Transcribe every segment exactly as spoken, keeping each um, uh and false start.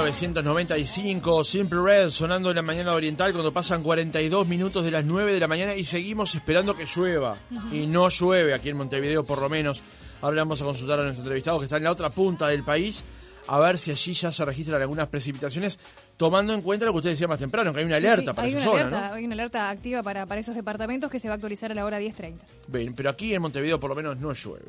novecientos noventa y cinco, Simple Red sonando en la mañana oriental cuando pasan cuarenta y dos minutos de las nueve de la mañana y seguimos esperando que llueva. Uh-huh. Y no llueve aquí en Montevideo, por lo menos. Ahora vamos a consultar a nuestro entrevistado que está en la otra punta del país, a ver si allí ya se registran algunas precipitaciones, tomando en cuenta lo que usted decía más temprano, que hay una alerta sí, sí, para esa zona, alerta, ¿no? Hay una alerta activa para, para esos departamentos que se va a actualizar a la hora diez treinta. Bien, pero aquí en Montevideo por lo menos no llueve.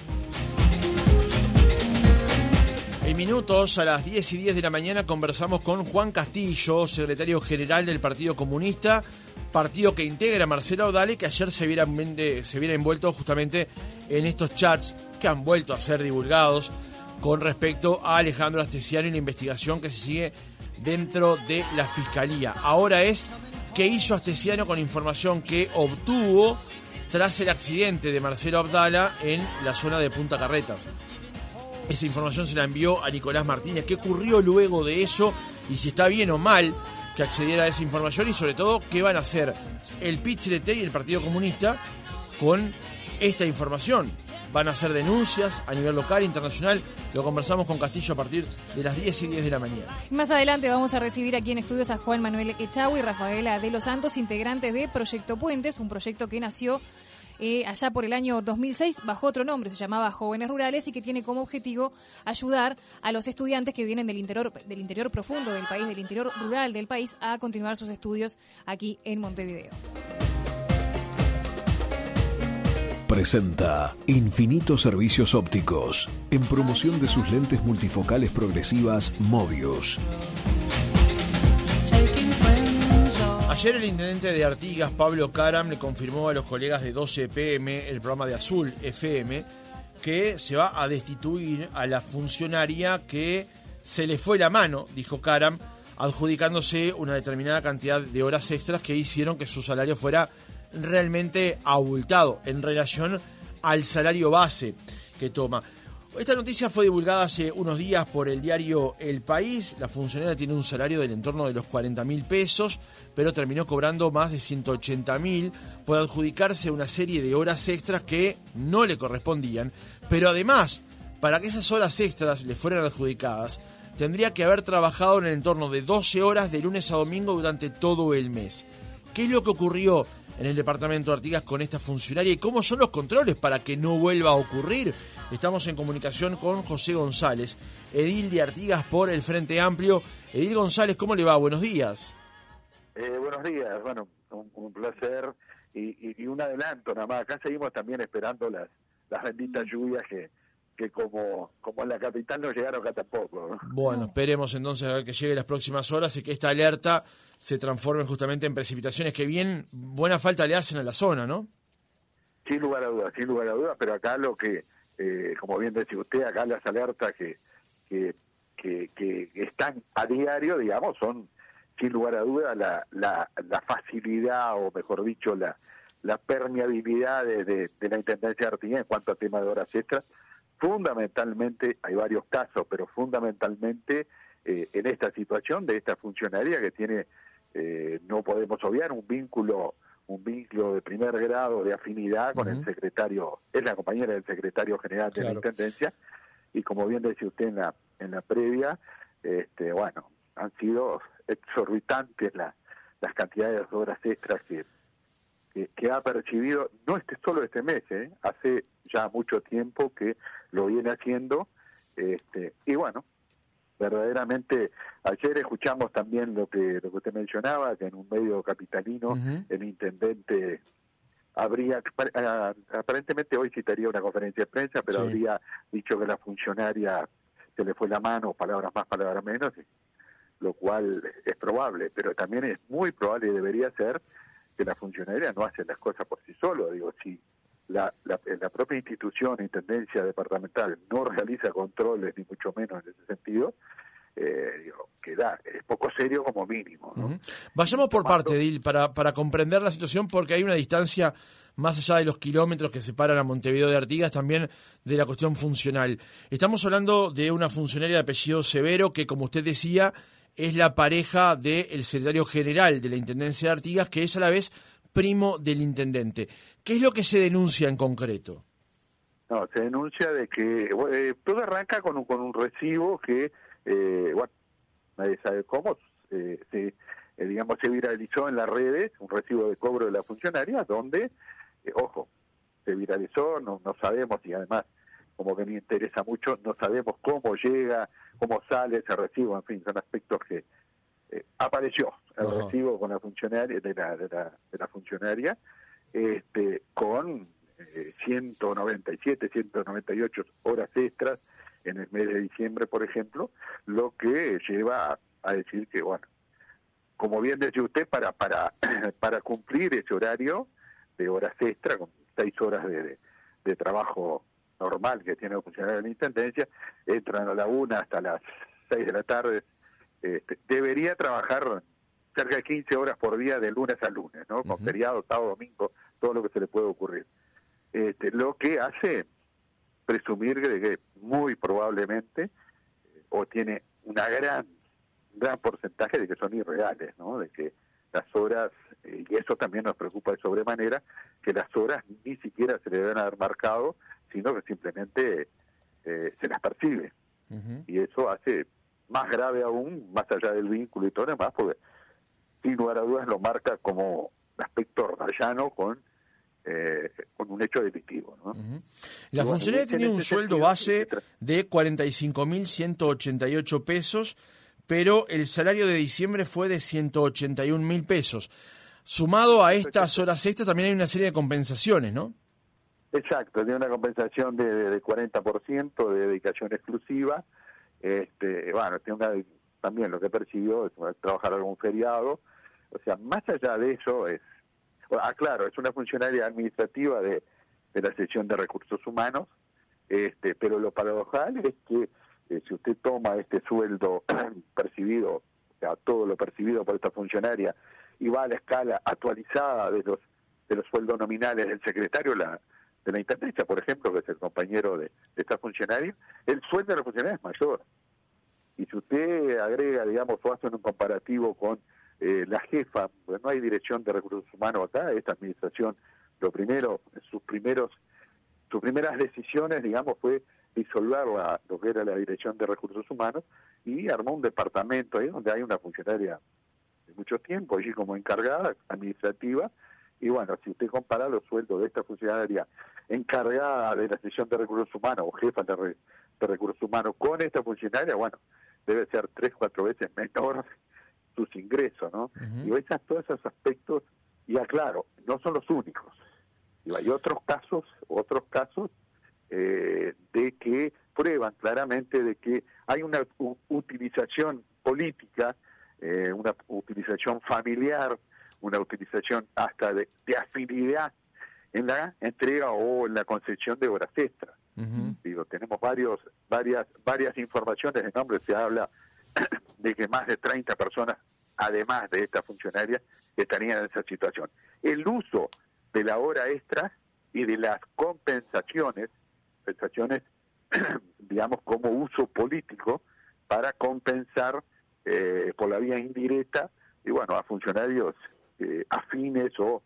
En minutos, a las diez y diez de la mañana, conversamos con Juan Castillo, secretario general del Partido Comunista, partido que integra a Marcelo Audale, que ayer se viera, se viera envuelto justamente en estos chats que han vuelto a ser divulgados con respecto a Alejandro Astesiano y la investigación que se sigue dentro de la Fiscalía. Ahora es qué hizo Astesiano con información que obtuvo tras el accidente de Marcelo Abdala en la zona de Punta Carretas. Esa información se la envió a Nicolás Martínez. ¿Qué ocurrió luego de eso? Y si está bien o mal que accediera a esa información. Y sobre todo, ¿qué van a hacer el P I T C L T y el Partido Comunista con esta información? ¿Van a hacer denuncias a nivel local, internacional? Lo conversamos con Castillo a partir de las diez y diez de la mañana. Más adelante vamos a recibir aquí en estudios a Juan Manuel Echagüe y Rafaela de los Santos, integrantes de Proyecto Puentes, un proyecto que nació Eh, allá por el año dos mil seis, bajo otro nombre, se llamaba Jóvenes Rurales, y que tiene como objetivo ayudar a los estudiantes que vienen del interior, del interior profundo del país, del interior rural del país, a continuar sus estudios aquí en Montevideo. Presenta Infinitos Servicios Ópticos, en promoción de sus lentes multifocales progresivas Mobius. Ayer el intendente de Artigas, Pablo Caram, le confirmó a los colegas de doce P M, el programa de Azul F M, que se va a destituir a la funcionaria que se le fue la mano, dijo Caram, adjudicándose una determinada cantidad de horas extras que hicieron que su salario fuera realmente abultado en relación al salario base que toma. Esta noticia fue divulgada hace unos días por el diario El País. La funcionaria tiene un salario del entorno de los cuarenta mil pesos, pero terminó cobrando más de ciento ochenta mil por adjudicarse una serie de horas extras que no le correspondían. Pero además, para que esas horas extras le fueran adjudicadas, tendría que haber trabajado en el entorno de doce horas de lunes a domingo durante todo el mes. ¿Qué es lo que ocurrió en el departamento de Artigas con esta funcionaria y cómo son los controles para que no vuelva a ocurrir? Estamos en comunicación con José González, edil de Artigas por el Frente Amplio. Edil González, ¿cómo le va? Buenos días. Eh, buenos días, bueno, un, un placer y, y, y un adelanto nada más. Acá seguimos también esperando las las benditas lluvias que que como como en la capital no llegaron acá tampoco, ¿no? Bueno, esperemos entonces a ver que llegue las próximas horas y que esta alerta se transforme justamente en precipitaciones que bien buena falta le hacen a la zona, ¿no? Sin lugar a dudas, sin lugar a dudas, pero acá lo que, eh, como bien decía usted, acá las alertas que, que, que, que están a diario, digamos, son sin lugar a dudas la, la, la facilidad, o mejor dicho, la, la permeabilidad de, de, de la Intendencia de Artigas en cuanto a tema de horas extras. Fundamentalmente, hay varios casos, pero fundamentalmente eh, en esta situación de esta funcionaria que tiene, eh, no podemos obviar, un vínculo un vínculo de primer grado de afinidad con uh-huh. el secretario, es la compañera del secretario general de claro. la Intendencia, y como bien decía usted en la en la previa, este bueno, han sido exorbitantes la, las cantidades de horas extras que, que, que ha percibido, no este solo este mes, ¿eh? hace ya mucho tiempo que lo viene haciendo, este y bueno, verdaderamente ayer escuchamos también lo que lo que usted mencionaba, que en un medio capitalino uh-huh. el intendente habría, aparentemente hoy citaría una conferencia de prensa, pero sí. habría dicho que la funcionaria se le fue la mano, palabras más, palabras menos, lo cual es probable, pero también es muy probable y debería ser que la funcionaria no hace las cosas por sí solo. Digo, si la, la, la propia institución, intendencia departamental, no realiza controles, ni mucho menos en ese sentido, eh, digo, queda, es poco serio como mínimo, ¿no? Uh-huh. Vayamos por parte, Edil, para, para comprender la situación, porque hay una distancia más allá de los kilómetros que separan a Montevideo de Artigas, también de la cuestión funcional. Estamos hablando de una funcionaria de apellido Severo, que, como usted decía, es la pareja del secretario general de la Intendencia de Artigas, que es a la vez primo del intendente. ¿Qué es lo que se denuncia en concreto? No, se denuncia de que eh, todo arranca con un, con un recibo que, eh, bueno, nadie sabe cómo, eh, se, eh, digamos, se viralizó en las redes un recibo de cobro de la funcionaria donde, eh, ojo, se viralizó, no, no sabemos, y además, como que me interesa mucho, no sabemos cómo llega, cómo sale ese recibo, en fin, son aspectos que eh, apareció el uh-huh. recibo con la funcionaria, de la, de la, de la funcionaria, este, con eh, ciento noventa y siete, ciento noventa y ocho horas extras en el mes de diciembre, por ejemplo, lo que lleva a, a decir que, bueno, como bien decía usted, para para para cumplir ese horario de horas extra, con seis horas de, de, de trabajo normal que tiene el funcionario de la Intendencia, entran a la una hasta las seis de la tarde, este, debería trabajar cerca de quince horas por día de lunes a lunes, ¿no? Con uh-huh. feriado, sábado, domingo, todo lo que se le puede ocurrir. Este, lo que hace presumir de que muy probablemente o tiene una gran gran porcentaje de que son irreales, ¿no? De que las horas, eh, y eso también nos preocupa de sobremanera, que las horas ni siquiera se le deben haber marcado, sino que simplemente eh, se las percibe. Uh-huh. Y eso hace más grave aún, más allá del vínculo y todo lo demás, porque sin lugar a dudas lo marca como aspecto rayano con Eh, con un hecho delictivo, ¿no? Uh-huh. La bueno, funcionaria tenía un sueldo base de cuarenta y cinco mil ciento ochenta y ocho pesos, pero el salario de diciembre fue de ciento ochenta y un mil pesos. Sumado a estas horas extras también hay una serie de compensaciones, ¿no? Exacto, tiene una compensación de, de, de cuarenta por ciento de dedicación exclusiva. Este, bueno, tiene una, también lo que percibió es trabajar algún feriado. O sea, más allá de eso es Ah, claro, es una funcionaria administrativa de, de la sección de recursos humanos, este, pero lo paradojal es que eh, si usted toma este sueldo percibido, o sea, todo lo percibido por esta funcionaria, y va a la escala actualizada de los de los sueldos nominales del secretario de la, de la Intendencia, por ejemplo, que es el compañero de, de esta funcionaria, el sueldo de la funcionaria es mayor. Y si usted agrega, digamos, o hace un comparativo con Eh, la jefa, pues no hay dirección de recursos humanos acá, esta administración, lo primero, sus primeros, sus primeras decisiones, digamos, fue disolver la, lo que era la dirección de recursos humanos y armó un departamento ahí donde hay una funcionaria de mucho tiempo, allí como encargada administrativa, y bueno, si usted compara los sueldos de esta funcionaria encargada de la sección de recursos humanos o jefa de, re, de recursos humanos con esta funcionaria, bueno, debe ser tres, cuatro veces menor sus ingresos, ¿no? Uh-huh. Y esas, todos esos aspectos, y aclaro, no son los únicos. Y hay otros casos, otros casos eh, de que prueban claramente de que hay una u- utilización política, eh, una utilización familiar, una utilización hasta de, de afinidad en la entrega o en la concesión de horas extras. Uh-huh. Digo, tenemos varios, varias, varias informaciones de nombre, se habla de que más de treinta personas, además de esta funcionaria, estarían en esa situación. El uso de la hora extra y de las compensaciones, compensaciones, digamos, como uso político para compensar eh, por la vía indirecta, y bueno, a funcionarios eh, afines o,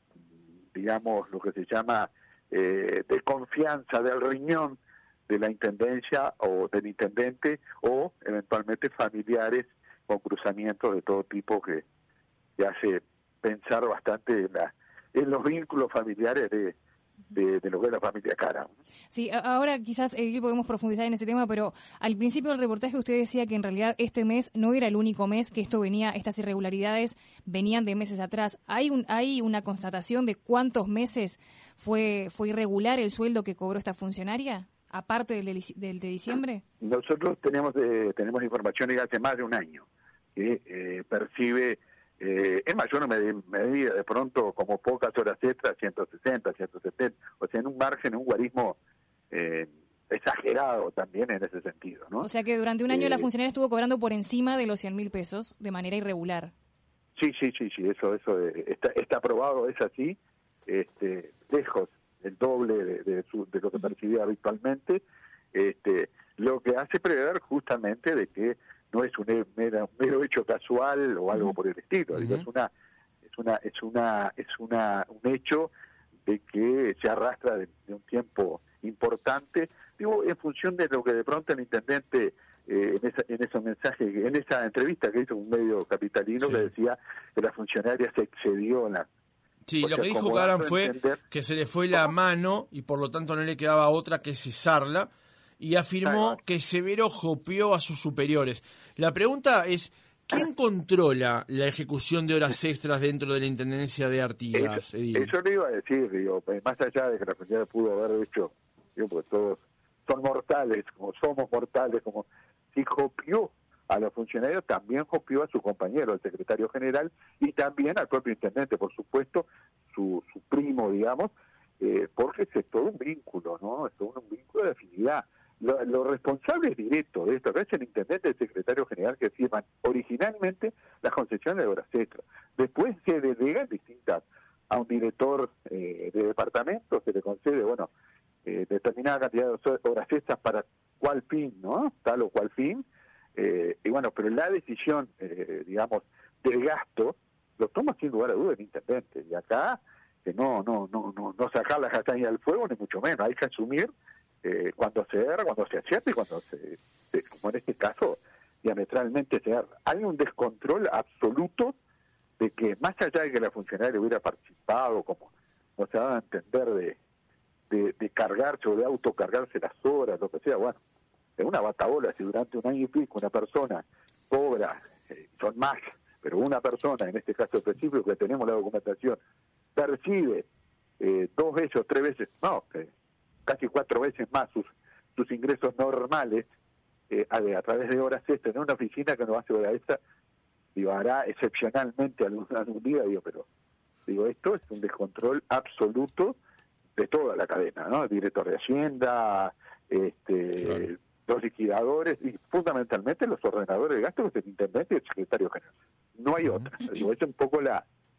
digamos, lo que se llama eh, de confianza del riñón de la intendencia o del intendente, o eventualmente familiares con cruzamientos de todo tipo que, que hace pensar bastante en, la, en los vínculos familiares de, de, de lo que es la familia Caram. Sí, ahora quizás eh, podemos profundizar en ese tema, pero al principio del reportaje usted decía que en realidad este mes no era el único mes que esto venía, estas irregularidades venían de meses atrás. ¿Hay un hay una constatación de cuántos meses fue fue irregular el sueldo que cobró esta funcionaria? Aparte del de, del de diciembre. Nosotros tenemos eh, tenemos información de hace más de un año que eh, percibe eh, en mayor medida de pronto como pocas horas extras, ciento sesenta, ciento setenta, o sea, en un margen, un guarismo eh, exagerado también en ese sentido, ¿no? O sea que durante un año eh, la funcionaria estuvo cobrando por encima de los cien mil pesos de manera irregular. Sí, sí, sí, sí, eso eso eh, está, está probado, es así, este, lejos el doble de, de, su, de lo que percibía habitualmente, este, lo que hace prever justamente de que no es un mero, mero hecho casual o algo uh-huh. por el estilo, uh-huh. digo, es una es una es una es una un hecho de que se arrastra de, de un tiempo importante, digo, en función de lo que de pronto el intendente eh, en, esa, en esos mensajes, en esa entrevista que hizo un medio capitalino, sí, que decía que la funcionaria se excedió en la... Sí, o lo sea, que dijo Karam fue entender, que se le fue la ¿cómo? mano y por lo tanto no le quedaba otra que cesarla, y afirmó Ay, que Severo jopeó a sus superiores. La pregunta es, ¿quién controla la ejecución de horas extras dentro de la Intendencia de Artigas? Eso, eso le iba a decir, digo, más allá de que la funcionaria pudo haber hecho, digo, porque todos son mortales, como somos mortales, como si copió a los funcionarios, también copió a su compañero, el secretario general, y también al propio intendente, por supuesto, su, su primo, digamos, eh, porque es todo un vínculo, ¿no? Es todo un vínculo de afinidad. Los lo responsables directos de esto es el intendente y el secretario general que firman originalmente las concesiones de horas extras. Después se delegan distintas a un director eh, de departamento, se le concede, bueno, eh, determinada cantidad de horas extras para cuál fin, ¿no? Tal o cual fin. Eh, y bueno, pero la decisión, eh, digamos, del gasto, lo toma sin lugar a duda el intendente. Y acá, que no, no, no, no, no sacar la castaña del fuego, ni mucho menos. Hay que asumir eh, cuando se erra, cuando se acierta y cuando se, se, como en este caso, diametralmente se erra. Hay un descontrol absoluto de que, más allá de que la funcionaria hubiera participado, como no se daba a entender, de, de, de cargarse o de autocargarse las horas, lo que sea, bueno, es una batabola. Si durante un año y pico una persona cobra, eh, son más, pero una persona, en este caso específico, que tenemos la documentación, percibe eh, dos veces o tres veces, no, eh, casi cuatro veces más sus sus ingresos normales eh, a, a través de horas extras en una oficina que no hace hora extra, digo, hará excepcionalmente algún, algún día, digo, pero digo, esto es un descontrol absoluto de toda la cadena, ¿no? El director de Hacienda, este... Claro. Los liquidadores y fundamentalmente los ordenadores de gastos, que es el intendente y el secretario general. No hay otra. Digo, es un poco la,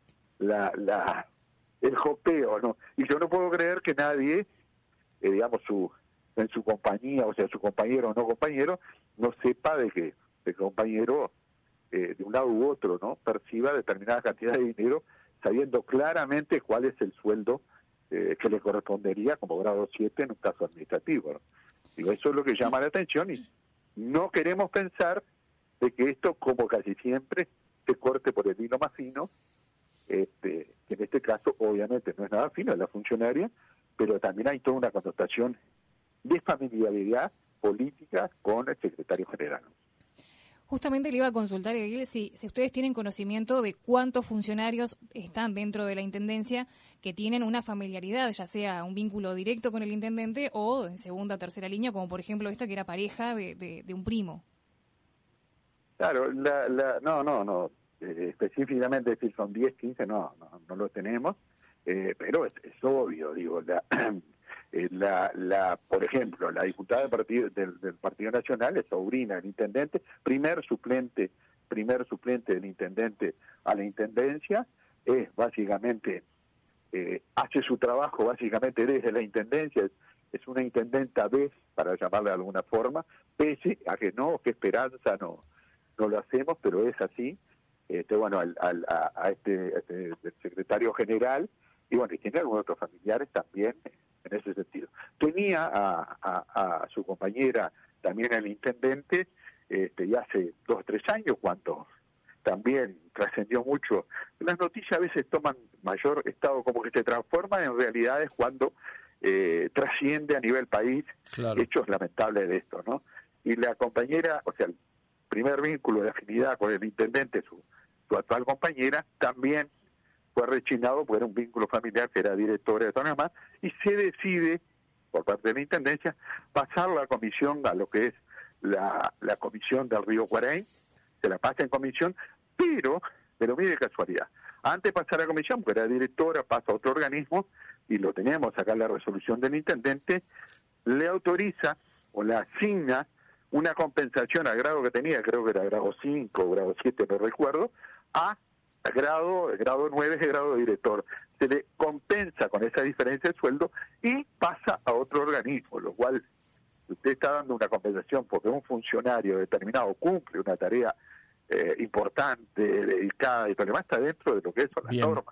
la, la, el jopeo, ¿no? Y yo no puedo creer que nadie, eh, digamos, su en su compañía, o sea, su compañero o no compañero, no sepa de que el compañero, eh, de un lado u otro, ¿no? Perciba determinada cantidad de dinero, sabiendo claramente cuál es el sueldo eh, que le correspondería como grado siete en un caso administrativo, ¿no? Digo, eso es lo que llama la atención y no queremos pensar de que esto, como casi siempre, se corte por el hilo más fino, este, que en este caso obviamente no es nada fino, es la funcionaria, pero también hay toda una connotación de familiaridad política con el secretario general. Justamente le iba a consultar, Edil, si, si ustedes tienen conocimiento de cuántos funcionarios están dentro de la Intendencia que tienen una familiaridad, ya sea un vínculo directo con el intendente o en segunda o tercera línea, como por ejemplo esta que era pareja de, de, de un primo. Claro, la, la, no, no, no, eh, específicamente si son diez, quince, no, no, no lo tenemos, eh, pero es, es obvio, digo, la... La, la, por ejemplo, la diputada del Partido, del, del Partido Nacional es sobrina del intendente, primer suplente, primer suplente del intendente a la intendencia, es básicamente, eh, hace su trabajo básicamente desde la intendencia, es, es una intendenta B, para llamarla de alguna forma, pese a que no, que esperanza no, no lo hacemos, pero es así. Este, bueno, al, al, a, a este, a este el secretario general, y bueno, y tiene algunos otros familiares también, en ese sentido. Tenía a, a, a su compañera, también al intendente, este, ya hace dos o tres años, cuando también trascendió mucho. Las noticias a veces toman mayor estado, como que se transforman en realidades cuando eh, trasciende a nivel país, claro, hechos lamentables de esto, ¿no? Y la compañera, o sea, el primer vínculo de afinidad con el intendente, su, su actual compañera, también fue rechinado porque era un vínculo familiar que era directora de todo más, y se decide, por parte de la Intendencia, pasar la comisión a lo que es la, la comisión del Río Cuarey, se la pasa en comisión, pero, pero mire casualidad, antes de pasar a la comisión, porque era directora, pasa a otro organismo, y lo tenemos acá en la resolución del Intendente, le autoriza o le asigna una compensación al grado que tenía, creo que era grado cinco, grado siete, no recuerdo, a grado, grado nueve es el grado de director. Se le compensa con esa diferencia de sueldo y pasa a otro organismo, lo cual usted está dando una compensación porque un funcionario determinado cumple una tarea eh, importante, dedicada y todo lo demás, está dentro de lo que son las Bien. normas.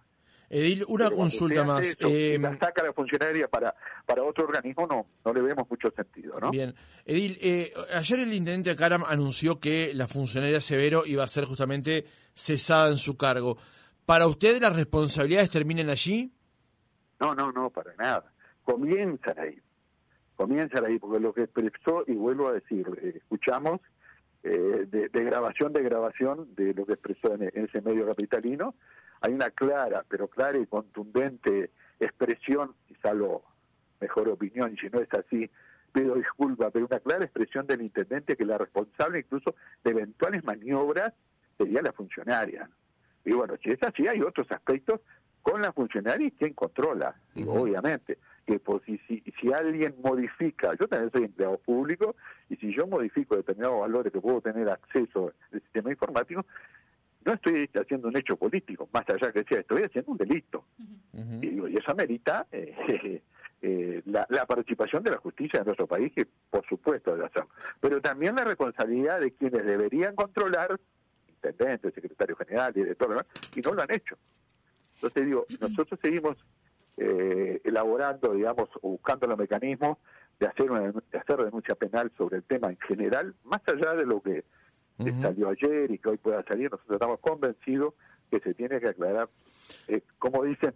Edil, una Pero consulta más. Eso, eh, si la saca la funcionaria para para otro organismo, no no le vemos mucho sentido, ¿no? Bien. Edil, eh, ayer el intendente Karam anunció que la funcionaria Severo iba a ser justamente cesada en su cargo. ¿Para usted las responsabilidades terminan allí? No, no, no, para nada. Comienzan ahí. Comienzan ahí, porque lo que expresó, y vuelvo a decir, eh, escuchamos eh, de, de grabación de grabación de lo que expresó en, en ese medio capitalino, hay una clara, pero clara y contundente expresión, quizá lo mejor opinión, y si no es así, pido disculpas, pero una clara expresión del intendente que la responsable incluso de eventuales maniobras sería la funcionaria. Y bueno, si es así, hay otros aspectos con la funcionaria y quien controla, uh-huh. obviamente. Que por si, si si alguien modifica, yo también soy empleado público, y si yo modifico determinados valores que puedo tener acceso al sistema informático, no estoy haciendo un hecho político, más allá que sea, estoy haciendo un delito. Uh-huh. Y, digo, y eso amerita eh, eh, eh, la, la participación de la justicia de nuestro país, que por supuesto debe hacerlo. Pero también la responsabilidad de quienes deberían controlar, intendente, secretario general, director, y no lo han hecho. Entonces digo, nosotros seguimos eh, elaborando, digamos, o buscando los mecanismos de hacer una de hacer denuncia penal sobre el tema en general, más allá de lo que uh-huh. salió ayer y que hoy pueda salir. Nosotros estamos convencidos que se tiene que aclarar, eh, como dicen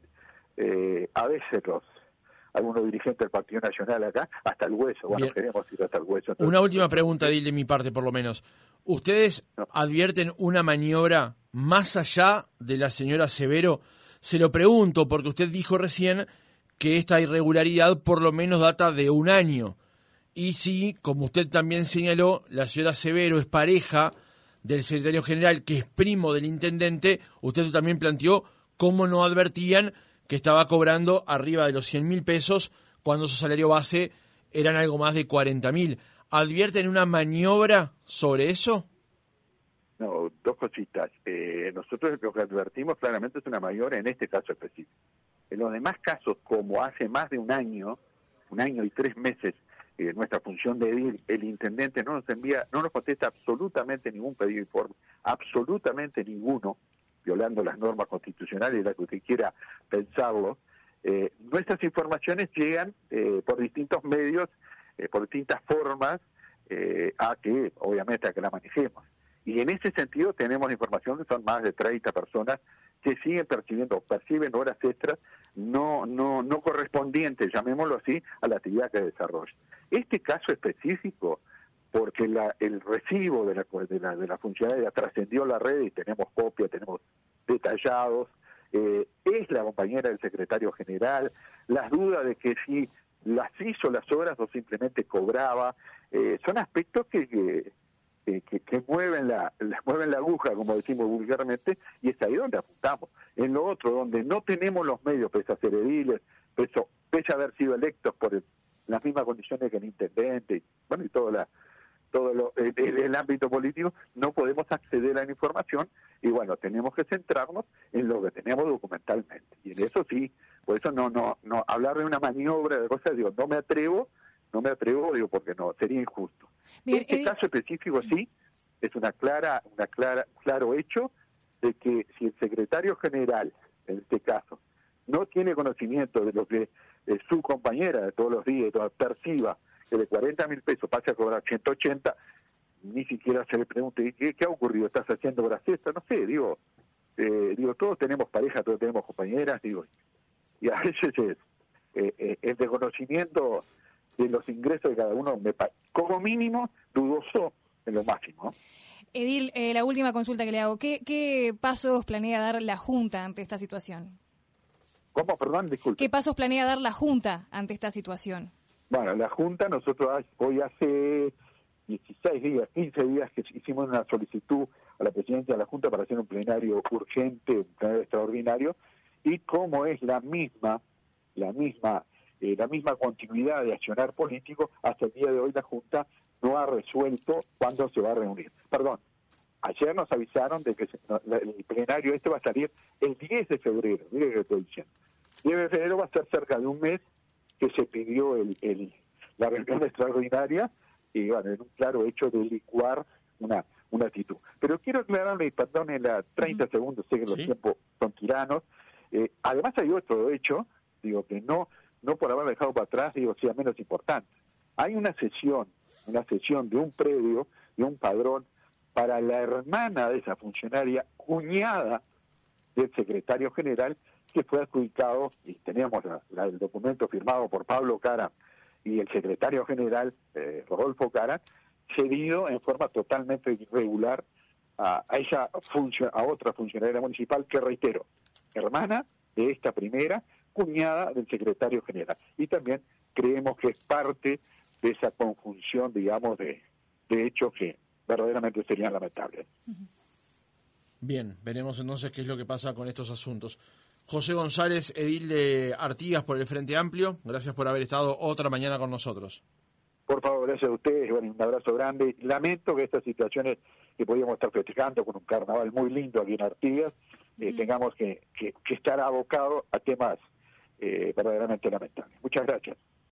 eh, a veces los algunos dirigentes del Partido Nacional acá, hasta el hueso. Bueno, Bien. queremos ir hasta el hueso. Entonces, una última pregunta, Edil, de mi parte por lo menos. ¿Ustedes no. advierten una maniobra más allá de la señora Severo? Se lo pregunto porque usted dijo recién que esta irregularidad por lo menos data de un año. Y si, como usted también señaló, la señora Severo es pareja del secretario general, que es primo del intendente, usted también planteó cómo no advertían que estaba cobrando arriba de los cien mil pesos cuando su salario base eran algo más de cuarenta mil. ¿Advierten una maniobra sobre eso? No, dos cositas. Eh, nosotros lo que advertimos claramente es una maniobra en este caso específico. En los demás casos, como hace más de un año, un año y tres meses, eh, nuestra función de edil, el intendente no nos envía, no nos contesta absolutamente ningún pedido de informe, absolutamente ninguno, violando las normas constitucionales, la que usted quiera pensarlo. Eh, nuestras informaciones llegan eh, por distintos medios, eh, por distintas formas, eh, a que, obviamente, a que la manejemos. Y en ese sentido tenemos información que son más de treinta personas que siguen percibiendo, perciben horas extras no no no correspondientes, llamémoslo así, a la actividad que desarrollan. Este caso específico, porque la, el recibo de la, de la, de la funcionaria trascendió la red y tenemos copia, tenemos detallados, eh, es la compañera del secretario general, las dudas de que si las hizo las horas o simplemente cobraba, eh, son aspectos que... que Que, que, que mueven la, la mueven la aguja, como decimos vulgarmente, y es ahí donde apuntamos. En lo otro, donde no tenemos los medios, pese a ser ediles, pese, pese a haber sido electos por el, las mismas condiciones que el intendente, y, bueno, y todo, la, todo lo, el, el ámbito político, no podemos acceder a la información, y bueno, tenemos que centrarnos en lo que tenemos documentalmente. Y en eso sí, por eso no no no hablar de una maniobra de cosas, digo, no me atrevo, no me atrevo, digo, porque no, sería injusto. Bien, este eh... caso específico sí es una clara, una clara, claro hecho de que si el secretario general, en este caso, no tiene conocimiento de lo que eh, su compañera de todos los días perciba que de cuarenta mil pesos pase a cobrar ciento ochenta, ni siquiera se le pregunte ¿qué, qué ha ocurrido? ¿Estás haciendo horas extras? No sé, digo, eh, digo, todos tenemos pareja, todos tenemos compañeras, digo, y a veces es eh, eh, el desconocimiento de los ingresos de cada uno, me como mínimo, dudoso en lo máximo. Edil, eh, la última consulta que le hago. ¿Qué, ¿Qué pasos planea dar la Junta ante esta situación? ¿Cómo? Perdón, disculpe. ¿Qué pasos planea dar la Junta ante esta situación? Bueno, la Junta, nosotros hoy hace dieciséis días, quince días que hicimos una solicitud a la presidencia de la Junta para hacer un plenario urgente, un plenario extraordinario, y como es la misma, la misma... Eh, la misma continuidad de accionar político, hasta el día de hoy la Junta no ha resuelto cuándo se va a reunir. Perdón, ayer nos avisaron de que se, no, la, el plenario este va a salir el diez de febrero, mire que estoy diciendo. diez de febrero va a ser cerca de un mes que se pidió el, el la reunión extraordinaria y bueno, en un claro hecho de licuar una, una actitud. Pero quiero aclararle, y perdone la treinta uh-huh. segundos, sé que los ¿Sí? tiempos son tiranos, Eh, además hay otro hecho, digo, que no, no por haber dejado para atrás, digo, sea menos importante. Hay una sesión, una sesión de un predio, de un padrón, para la hermana de esa funcionaria, cuñada del secretario general, que fue adjudicado, y teníamos la, la, el documento firmado por Pablo Caram y el secretario general, eh, Rodolfo Caram, cedido en forma totalmente irregular a, a esa función, a otra funcionaria municipal, que reitero, hermana de esta primera, cuñada del secretario general. Y también creemos que es parte de esa conjunción, digamos, de, de hechos que verdaderamente serían lamentables. Bien, veremos entonces qué es lo que pasa con estos asuntos. José González, edil de Artigas por el Frente Amplio, gracias por haber estado otra mañana con nosotros. Por favor, gracias a ustedes, bueno, un abrazo grande. Lamento que estas situaciones que podíamos estar festejando con un carnaval muy lindo aquí en Artigas, eh, mm. tengamos que, que, que estar abocados a temas eh, verdaderamente lamentables. Muchas gracias.